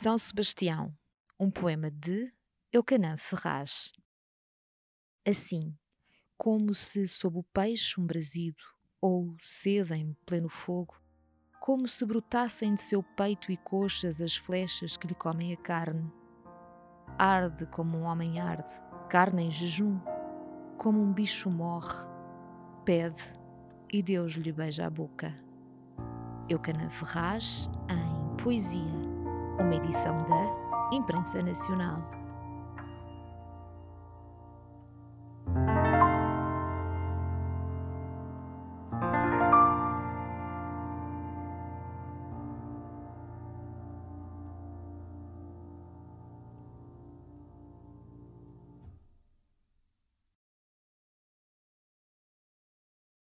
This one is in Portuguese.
São Sebastião, um poema de Eucanã Ferraz. Assim, como se sob o peixe um brasido, ou seda em pleno fogo, como se brotassem de seu peito e coxas as flechas que lhe comem a carne. Arde como um homem arde, carne em jejum, como um bicho morre, pede e Deus lhe beija a boca. Eucanã Ferraz, em Poesia, uma edição da Imprensa Nacional.